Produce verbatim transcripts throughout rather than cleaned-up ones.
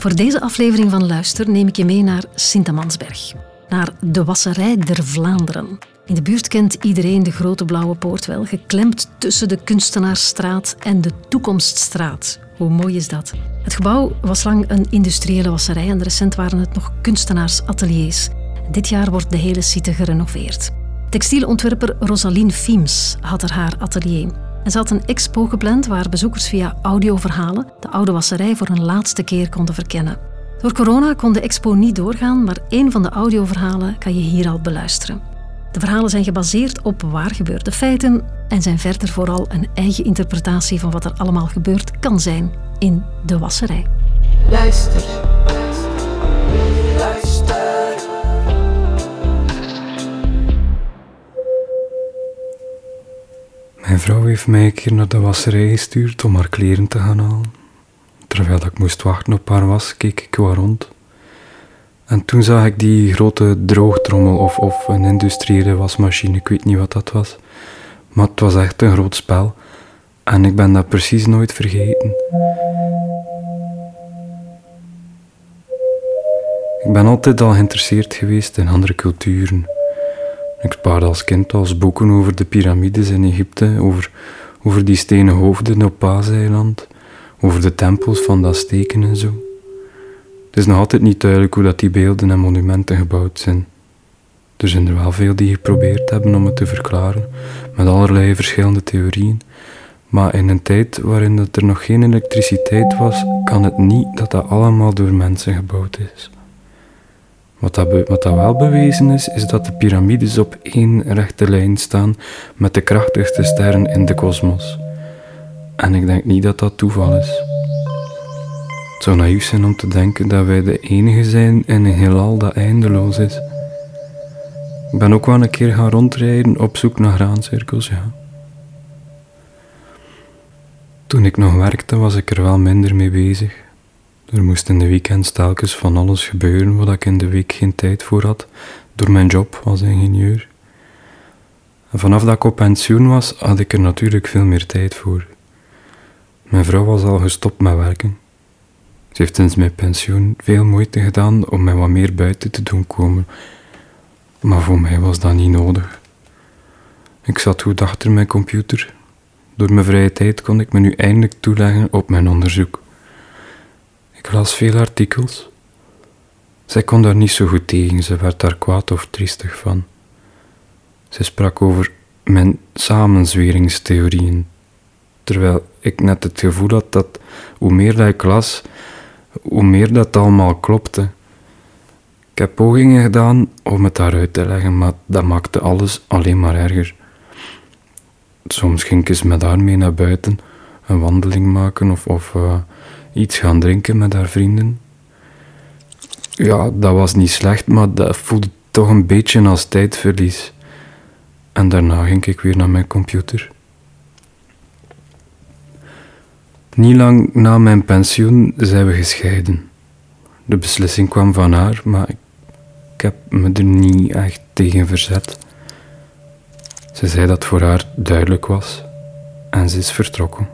Voor deze aflevering van Luister neem ik je mee naar Sint-Amansberg. Naar de Wasserij der Vlaanderen. In de buurt kent iedereen de Grote Blauwe Poort wel, geklemd tussen de Kunstenaarsstraat en de Toekomststraat. Hoe mooi is dat? Het gebouw was lang een industriële wasserij en recent waren het nog kunstenaarsateliers. Dit jaar wordt de hele site gerenoveerd. Textieleontwerper Rosaline Fiems had er haar atelier. En ze had een expo gepland waar bezoekers via audioverhalen de oude wasserij voor een laatste keer konden verkennen. Door corona kon de expo niet doorgaan, maar één van de audioverhalen kan je hier al beluisteren. De verhalen zijn gebaseerd op waar gebeurde feiten en zijn verder vooral een eigen interpretatie van wat er allemaal gebeurd kan zijn in de wasserij. Luister. Luister. Mijn vrouw heeft mij een keer naar de wasserij gestuurd om haar kleren te gaan halen. Terwijl ik moest wachten op haar was, keek ik wat rond. En toen zag ik die grote droogtrommel of, of een industriële wasmachine, ik weet niet wat dat was. Maar het was echt een groot spel. En ik ben dat precies nooit vergeten. Ik ben altijd al geïnteresseerd geweest in andere culturen. Ik spaarde als kind als boeken over de piramides in Egypte, over, over die stenen hoofden op Paaseiland, over de tempels van de Azteken en zo. Het is nog altijd niet duidelijk hoe dat die beelden en monumenten gebouwd zijn. Er zijn er wel veel die geprobeerd hebben om het te verklaren, met allerlei verschillende theorieën. Maar in een tijd waarin dat er nog geen elektriciteit was, kan het niet dat dat allemaal door mensen gebouwd is. Wat dat, be- wat dat wel bewezen is, is dat de piramides op één rechte lijn staan met de krachtigste sterren in de kosmos. En ik denk niet dat dat toeval is. Het zou naïef zijn om te denken dat wij de enige zijn in een heelal dat eindeloos is. Ik ben ook wel een keer gaan rondrijden op zoek naar graancirkels, ja. Toen ik nog werkte was ik er wel minder mee bezig. Er moest in de weekends telkens van alles gebeuren waar ik in de week geen tijd voor had, door mijn job als ingenieur. En vanaf dat ik op pensioen was, had ik er natuurlijk veel meer tijd voor. Mijn vrouw was al gestopt met werken. Ze heeft sinds mijn pensioen veel moeite gedaan om mij wat meer buiten te doen komen. Maar voor mij was dat niet nodig. Ik zat goed achter mijn computer. Door mijn vrije tijd kon ik me nu eindelijk toeleggen op mijn onderzoek. Ik las veel artikels. Zij kon daar niet zo goed tegen, ze werd daar kwaad of triestig van. Ze sprak over mijn samenzweringstheorieën, terwijl ik net het gevoel had dat hoe meer dat ik las, hoe meer dat allemaal klopte. Ik heb pogingen gedaan om het daaruit te leggen, maar dat maakte alles alleen maar erger. Soms ging ik eens met haar mee naar buiten, een wandeling maken of, of uh, iets gaan drinken met haar vrienden. Ja, dat was niet slecht, maar dat voelde toch een beetje als tijdverlies. En daarna ging ik weer naar mijn computer. Niet lang na mijn pensioen zijn we gescheiden. De beslissing kwam van haar, maar ik, ik heb me er niet echt tegen verzet. Ze zei dat voor haar duidelijk was en ze is vertrokken.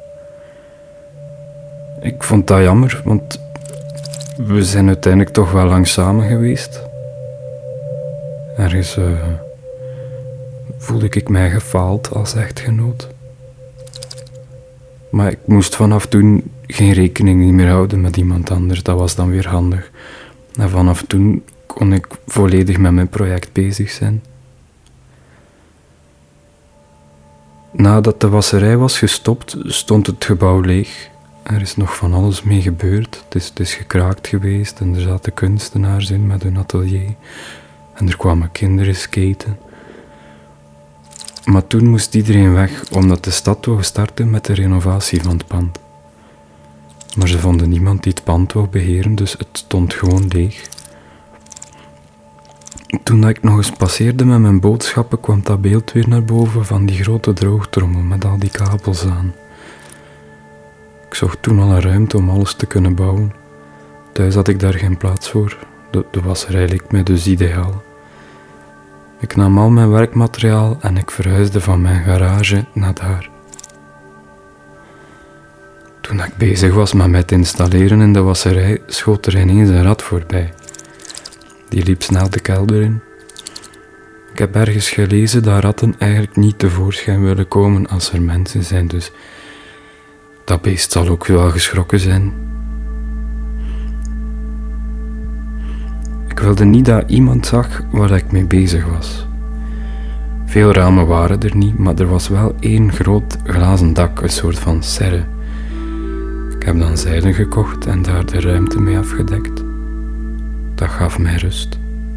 Ik vond dat jammer, want we zijn uiteindelijk toch wel lang samen geweest. Ergens uh, voelde ik mij gefaald als echtgenoot. Maar ik moest vanaf toen geen rekening meer houden met iemand anders, dat was dan weer handig. En vanaf toen kon ik volledig met mijn project bezig zijn. Nadat de wasserij was gestopt, stond het gebouw leeg. Er is nog van alles mee gebeurd. Het is, het is gekraakt geweest en er zaten kunstenaars in met hun atelier. En er kwamen kinderen skaten. Maar toen moest iedereen weg, omdat de stad wou starten met de renovatie van het pand. Maar ze vonden niemand die het pand wou beheren, dus het stond gewoon leeg. Toen ik nog eens passeerde met mijn boodschappen, kwam dat beeld weer naar boven van die grote droogtrommel met al die kabels aan. Ik zocht toen al een ruimte om alles te kunnen bouwen. Thuis had ik daar geen plaats voor. De, de wasserij leek mij dus ideaal. Ik nam al mijn werkmateriaal en ik verhuisde van mijn garage naar daar. Toen ik bezig was met mij te installeren in de wasserij, schoot er ineens een rat voorbij. Die liep snel de kelder in. Ik heb ergens gelezen dat ratten eigenlijk niet tevoorschijn willen komen als er mensen zijn, dus dat beest zal ook wel geschrokken zijn. Ik wilde niet dat iemand zag waar ik mee bezig was. Veel ramen waren er niet, maar er was wel één groot glazen dak, een soort van serre. Ik heb dan zeilen gekocht en daar de ruimte mee afgedekt. Dat gaf mij rust.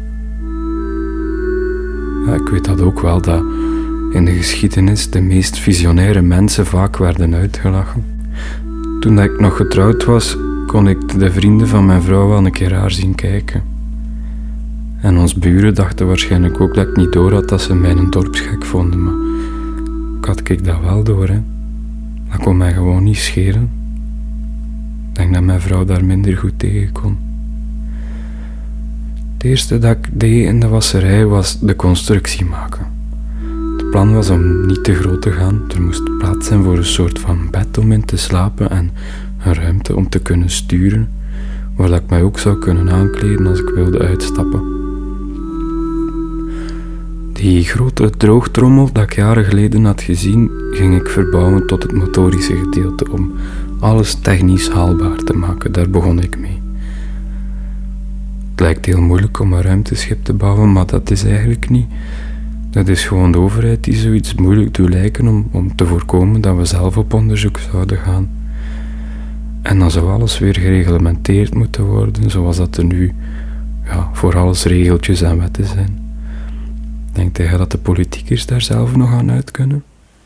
Ja, ik weet dat ook wel, dat in de geschiedenis de meest visionaire mensen vaak werden uitgelachen. Toen ik nog getrouwd was, kon ik de vrienden van mijn vrouw wel een keer raar zien kijken. En ons buren dachten waarschijnlijk ook dat ik niet door had dat ze mij een dorpsgek vonden, maar ik had ik dat wel door, hè. Dat kon mij gewoon niet schelen. Ik denk dat mijn vrouw daar minder goed tegen kon. Het eerste dat ik deed in de wasserij was de constructie maken. Het plan was om niet te groot te gaan. Er moest plaats zijn voor een soort van bed om in te slapen en een ruimte om te kunnen sturen, waar ik mij ook zou kunnen aankleden als ik wilde uitstappen. Die grote droogtrommel dat ik jaren geleden had gezien, ging ik verbouwen tot het motorische gedeelte om alles technisch haalbaar te maken. Daar begon ik mee. Het lijkt heel moeilijk om een ruimteschip te bouwen, maar dat is eigenlijk niet. Dat is gewoon de overheid die zoiets moeilijk doet lijken om, om te voorkomen dat we zelf op onderzoek zouden gaan. En dan zou alles weer gereglementeerd moeten worden, zoals dat er nu ja, voor alles regeltjes en wetten zijn. Denkt hij dat de politiekers daar zelf nog aan uit kunnen?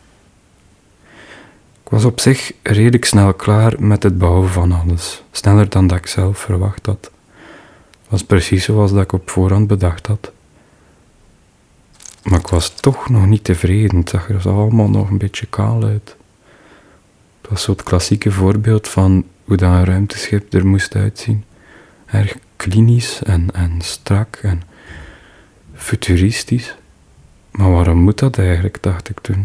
Ik was op zich redelijk snel klaar met het bouwen van alles. Sneller dan dat ik zelf verwacht had. Het was precies zoals dat ik op voorhand bedacht had. Maar ik was toch nog niet tevreden. Het zag er allemaal nog een beetje kaal uit. Het was zo het klassieke voorbeeld van hoe dat een ruimteschip er moest uitzien. Erg klinisch en, en strak en futuristisch. Maar waarom moet dat eigenlijk, dacht ik toen.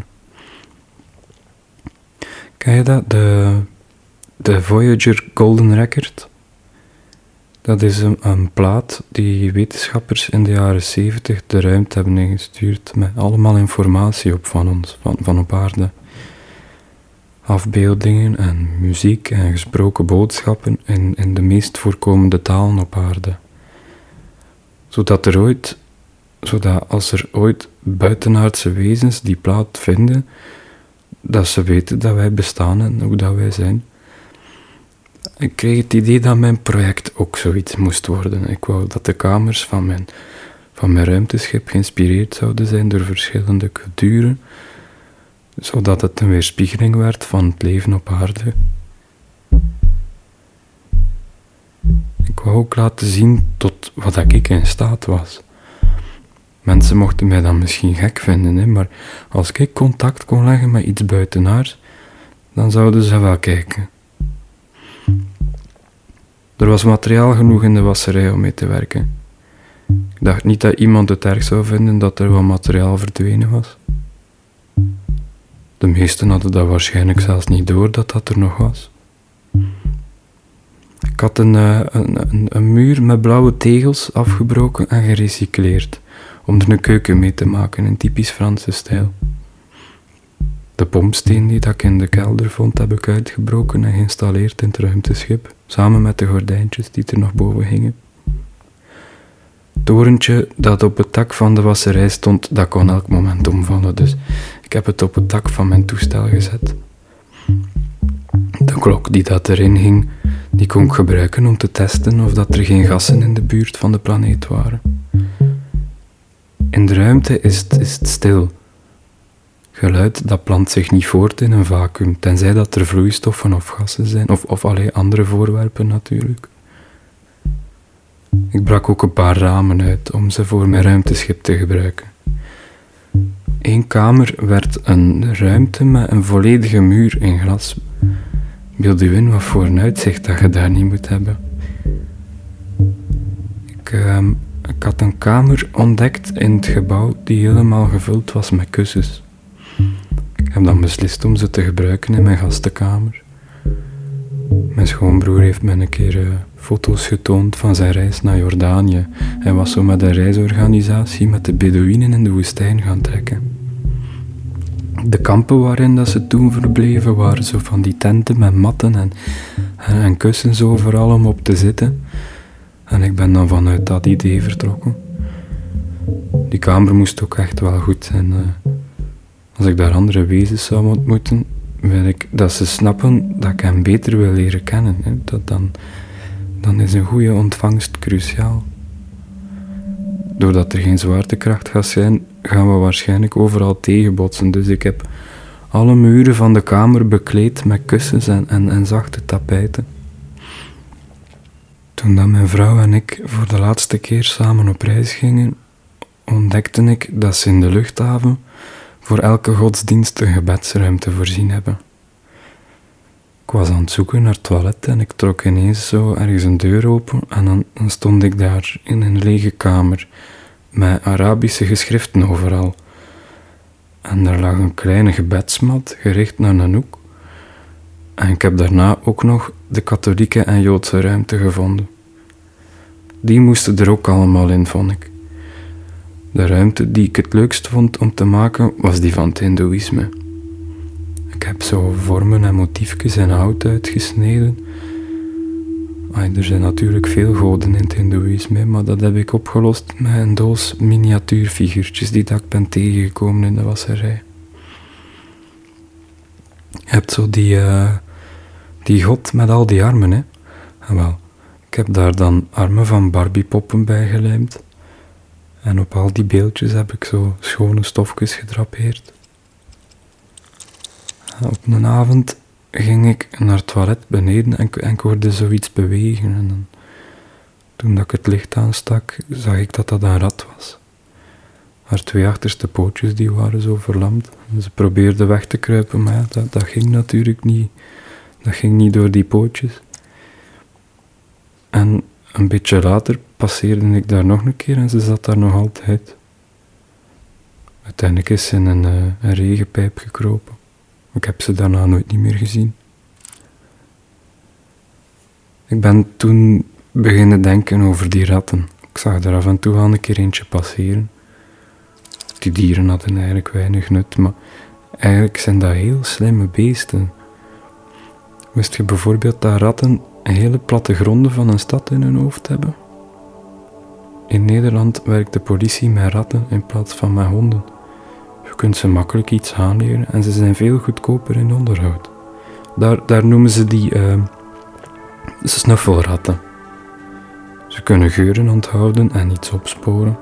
Ken je dat? De, de Voyager Golden Record? Dat is een, een plaat die wetenschappers in de jaren zeventig de ruimte hebben ingestuurd met allemaal informatie op van ons, van, van op aarde. Afbeeldingen en muziek en gesproken boodschappen in, in de meest voorkomende talen op aarde. Zodat er ooit, zodat als er ooit buitenaardse wezens die plaat vinden, dat ze weten dat wij bestaan en hoe dat wij zijn. Ik kreeg het idee dat mijn project ook zoiets moest worden. Ik wou dat de kamers van mijn, van mijn ruimteschip geïnspireerd zouden zijn door verschillende culturen, zodat het een weerspiegeling werd van het leven op aarde. Ik wou ook laten zien tot wat ik in staat was. Mensen mochten mij dan misschien gek vinden, hè, maar als ik contact kon leggen met iets buitenaars, dan zouden ze wel kijken. Er was materiaal genoeg in de wasserij om mee te werken. Ik dacht niet dat iemand het erg zou vinden dat er wat materiaal verdwenen was. De meesten hadden dat waarschijnlijk zelfs niet door dat dat er nog was. Ik had een, uh, een, een, een muur met blauwe tegels afgebroken en gerecycleerd, om er een keuken mee te maken in typisch Franse stijl. De pompsteen die dat ik in de kelder vond, heb ik uitgebroken en geïnstalleerd in het ruimteschip, samen met de gordijntjes die er nog boven hingen. Het torentje dat op het dak van de wasserij stond, dat kon elk moment omvallen, dus ik heb het op het dak van mijn toestel gezet. De klok die dat erin hing, die kon ik gebruiken om te testen of dat er geen gassen in de buurt van de planeet waren. In de ruimte is het, is het stil. Geluid dat plant zich niet voort in een vacuüm, tenzij dat er vloeistoffen of gassen zijn, of, of allerlei andere voorwerpen natuurlijk. Ik brak ook een paar ramen uit om ze voor mijn ruimteschip te gebruiken. Eén kamer werd een ruimte met een volledige muur in glas. Beeld u in wat voor een uitzicht dat je daar niet moet hebben. Ik, uh, ik had een kamer ontdekt in het gebouw die helemaal gevuld was met kussens. Ik heb dan beslist om ze te gebruiken in mijn gastenkamer. Mijn schoonbroer heeft me een keer uh, foto's getoond van zijn reis naar Jordanië. Hij was zo met een reisorganisatie met de Bedouinen in de woestijn gaan trekken. De kampen waarin dat ze toen verbleven waren zo van die tenten met matten en, en, en kussens overal om op te zitten. En ik ben dan vanuit dat idee vertrokken. Die kamer moest ook echt wel goed zijn. Uh, als ik daar andere wezens zou ontmoeten, wil ik dat ze snappen dat ik hen beter wil leren kennen. Hè. Dat dan, dan is een goede ontvangst cruciaal. Doordat er geen zwaartekracht gaat zijn, gaan we waarschijnlijk overal tegenbotsen. Dus ik heb alle muren van de kamer bekleed met kussens en, en, en zachte tapijten. Toen dat mijn vrouw en ik voor de laatste keer samen op reis gingen, ontdekte ik dat ze in de luchthaven voor elke godsdienst een gebedsruimte voorzien hebben. Ik was aan het zoeken naar het toilet en ik trok ineens zo ergens een deur open en dan, dan stond ik daar in een lege kamer met Arabische geschriften overal. En daar lag een kleine gebedsmat gericht naar een hoek. En ik heb daarna ook nog de katholieke en Joodse ruimte gevonden. Die moesten er ook allemaal in, vond ik. De ruimte die ik het leukst vond om te maken, was die van het Hindoeïsme. Ik heb zo vormen en motiefjes in hout uitgesneden. Ay, er zijn natuurlijk veel goden in het Hindoeïsme, maar dat heb ik opgelost met een doos miniatuurfiguurtjes die dat ik ben tegengekomen in de wasserij. Je hebt zo die, uh, die god met al die armen, hè. En wel, ik heb daar dan armen van Barbiepoppen bij gelijmd. En op al die beeldjes heb ik zo schone stofjes gedrapeerd. Op een avond ging ik naar het toilet beneden en, en ik hoorde zoiets bewegen. En dan, toen dat ik het licht aanstak, zag ik dat dat een rat was. Haar twee achterste pootjes die waren zo verlamd. En ze probeerde weg te kruipen, maar ja, dat, dat ging natuurlijk niet. Dat ging niet door die pootjes. En een beetje later passeerde ik daar nog een keer en ze zat daar nog altijd. Uiteindelijk is ze in een, uh, een regenpijp gekropen. Ik heb ze daarna nooit niet meer gezien. Ik ben toen beginnen denken over die ratten. Ik zag er af en toe al een keer eentje passeren. Die dieren hadden eigenlijk weinig nut, maar eigenlijk zijn dat heel slimme beesten. Wist je bijvoorbeeld dat ratten hele plattegronden van een stad in hun hoofd hebben? In Nederland werkt de politie met ratten in plaats van met honden. Je kunt ze makkelijk iets aanleren en ze zijn veel goedkoper in onderhoud. Daar, daar noemen ze die uh, snuffelratten. Ze kunnen geuren onthouden en iets opsporen.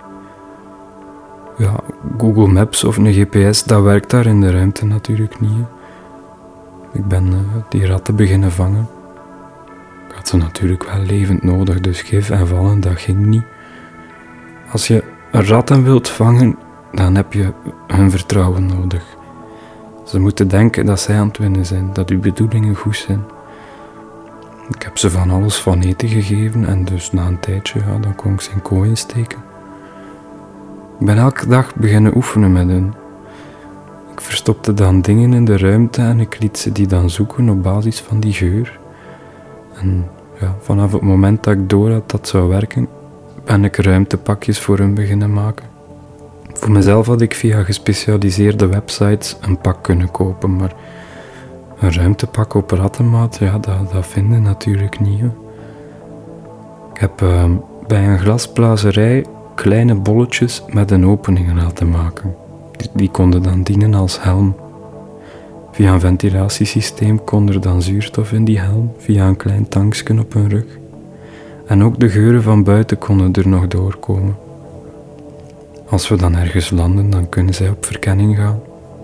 Ja, Google Maps of een G P S, dat werkt daar in de ruimte natuurlijk niet. Hè. Ik ben uh, die ratten beginnen vangen. Ik had ze natuurlijk wel levend nodig, dus gif en vallen, dat ging niet. Als je ratten wilt vangen, dan heb je hun vertrouwen nodig. Ze moeten denken dat zij aan het winnen zijn, dat uw bedoelingen goed zijn. Ik heb ze van alles van eten gegeven en dus na een tijdje, ja, dan kon ik ze in kooien steken. Ik ben elke dag beginnen oefenen met hen. Ik verstopte dan dingen in de ruimte en ik liet ze die dan zoeken op basis van die geur. En ja, vanaf het moment dat ik door had dat zou werken, ben ik ruimtepakjes voor hen beginnen maken. Voor mezelf had ik via gespecialiseerde websites een pak kunnen kopen, maar een ruimtepak op rattenmaat, ja, dat, dat vinden natuurlijk niet. Hè. Ik heb uh, bij een glasblazerij kleine bolletjes met een opening laten maken. Die, die konden dan dienen als helm. Via een ventilatiesysteem kon er dan zuurstof in die helm, via een klein tankje op hun rug. En ook de geuren van buiten konden er nog doorkomen. Als we dan ergens landen, dan kunnen zij op verkenning gaan.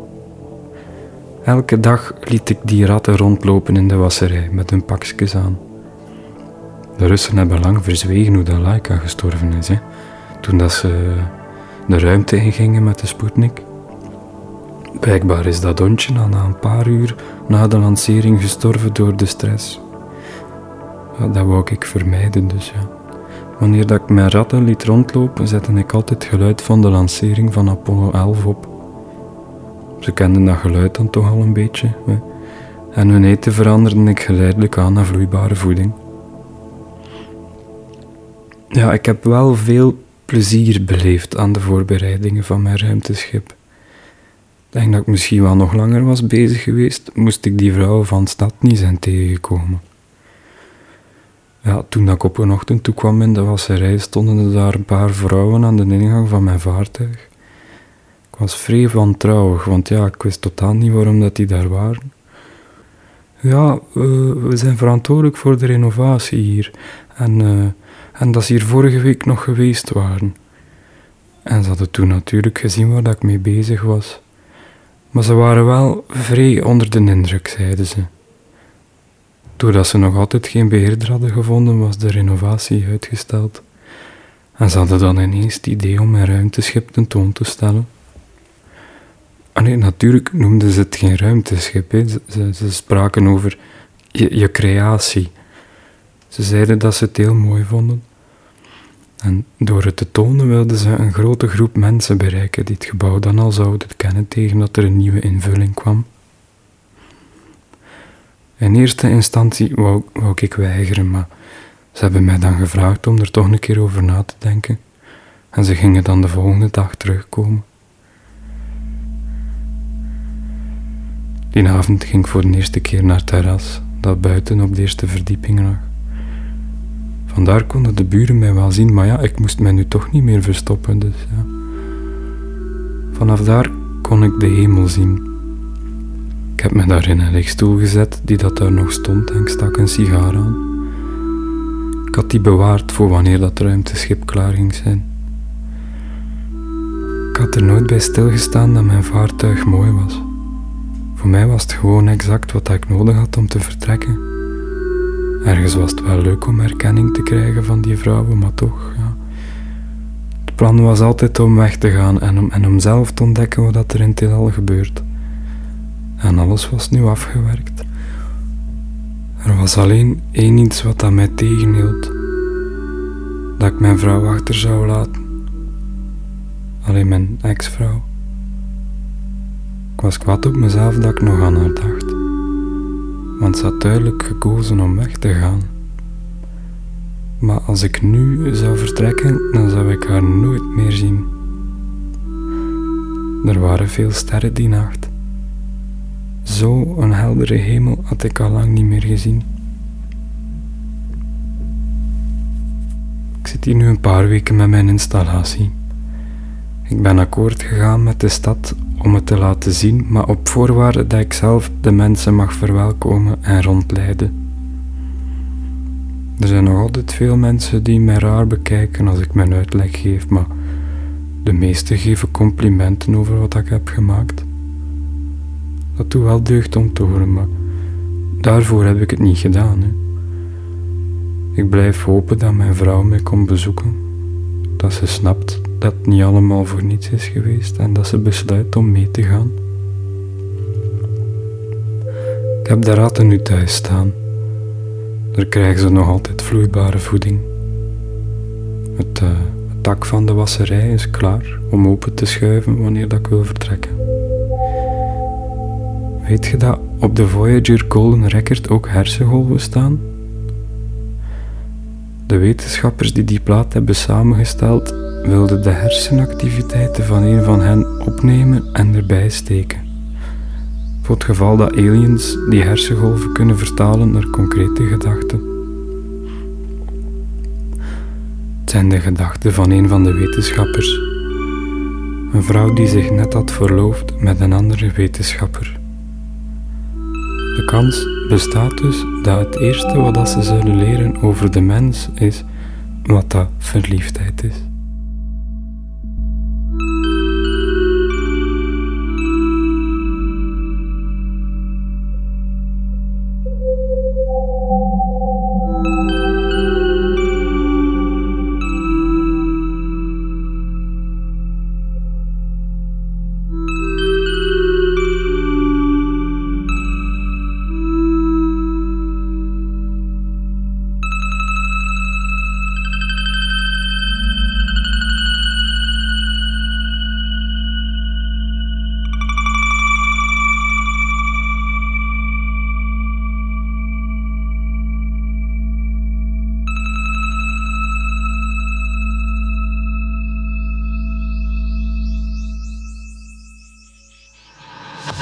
Elke dag liet ik die ratten rondlopen in de wasserij met hun pakjes aan. De Russen hebben lang verzwegen hoe dat Laika gestorven is, hè. Toen dat ze de ruimte ingingen met de Sputnik. Blijkbaar is dat hondje al na een paar uur na de lancering gestorven door de stress. Ja, dat wou ik vermijden, dus ja. Wanneer dat ik mijn ratten liet rondlopen, zette ik altijd het geluid van de lancering van Apollo elf op. Ze kenden dat geluid dan toch al een beetje. Hè. En hun eten veranderde ik geleidelijk aan naar vloeibare voeding. Ja, ik heb wel veel plezier beleefd aan de voorbereidingen van mijn ruimteschip. Ik denk dat ik misschien wel nog langer was bezig geweest, moest ik die vrouwen van stad niet zijn tegengekomen. Ja, toen dat ik op een ochtend toekwam in de wasserij, stonden er daar een paar vrouwen aan de ingang van mijn vaartuig. Ik was vrij wantrouwig, want ja, ik wist totaal niet waarom dat die daar waren. Ja, uh, we zijn verantwoordelijk voor de renovatie hier. En, uh, en dat ze hier vorige week nog geweest waren. En ze hadden toen natuurlijk gezien waar dat ik mee bezig was. Maar ze waren wel vrij onder de indruk, zeiden ze. Doordat ze nog altijd geen beheerder hadden gevonden, was de renovatie uitgesteld. En ze hadden dan ineens het idee om mijn ruimteschip tentoon te stellen. Ah nee, natuurlijk noemden ze het geen ruimteschip. Hè. Ze, ze, ze spraken over je, je creatie. Ze zeiden dat ze het heel mooi vonden. En door het te tonen wilden ze een grote groep mensen bereiken die het gebouw dan al zouden kennen tegen dat er een nieuwe invulling kwam. In eerste instantie wou, wou ik weigeren, maar ze hebben mij dan gevraagd om er toch een keer over na te denken. En ze gingen dan de volgende dag terugkomen. Die avond ging ik voor de eerste keer naar het terras, dat buiten op de eerste verdieping lag. Vandaar konden de buren mij wel zien, maar ja, ik moest mij nu toch niet meer verstoppen, dus ja. Vanaf daar kon ik de hemel zien. Ik heb me daar in een lichtstoel gezet, die dat daar nog stond, en ik stak een sigaar aan. Ik had die bewaard voor wanneer dat ruimteschip klaar ging zijn. Ik had er nooit bij stilgestaan dat mijn vaartuig mooi was. Voor mij was het gewoon exact wat ik nodig had om te vertrekken. Ergens was het wel leuk om erkenning te krijgen van die vrouwen, maar toch, ja. Het plan was altijd om weg te gaan en om, en om zelf te ontdekken wat er in het heelal gebeurt. En alles was nu afgewerkt. Er was alleen één iets wat dat mij tegenhield. Dat ik mijn vrouw achter zou laten. Alleen mijn ex-vrouw. Ik was kwaad op mezelf dat ik nog aan haar dacht. Want ze had duidelijk gekozen om weg te gaan. Maar als ik nu zou vertrekken, dan zou ik haar nooit meer zien. Er waren veel sterren die nacht. Zo een heldere hemel had ik al lang niet meer gezien. Ik zit hier nu een paar weken met mijn installatie. Ik ben akkoord gegaan met de stad om het te laten zien, maar op voorwaarde dat ik zelf de mensen mag verwelkomen en rondleiden. Er zijn nog altijd veel mensen die mij raar bekijken als ik mijn uitleg geef, maar de meesten geven complimenten over wat ik heb gemaakt. Dat doet wel deugd om te horen, maar daarvoor heb ik het niet gedaan. Hè. Ik blijf hopen dat mijn vrouw mij komt bezoeken, dat ze snapt dat het niet allemaal voor niets is geweest en dat ze besluit om mee te gaan. Ik heb de ratten nu thuis staan. Daar krijgen ze nog altijd vloeibare voeding. Het, uh, het dak van de wasserij is klaar om open te schuiven wanneer dat ik wil vertrekken. Weet je dat op de Voyager Golden Record ook hersengolven staan? De wetenschappers die die plaat hebben samengesteld wilden de hersenactiviteiten van een van hen opnemen en erbij steken. Voor het geval dat aliens die hersengolven kunnen vertalen naar concrete gedachten. Het zijn de gedachten van een van de wetenschappers. Een vrouw die zich net had verloofd met een andere wetenschapper. De kans bestaat dus dat het eerste wat ze zullen leren over de mens is wat dat verliefdheid is.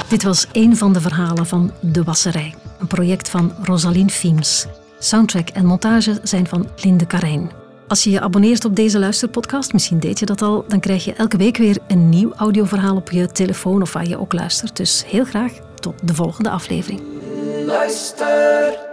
Dit was een van de verhalen van De Wasserij, een project van Rosaline Fiems. Soundtrack en montage zijn van Linde Karijn. Als je je abonneert op deze luisterpodcast, misschien deed je dat al, dan krijg je elke week weer een nieuw audioverhaal op je telefoon of waar je ook luistert. Dus heel graag tot de volgende aflevering. Luister.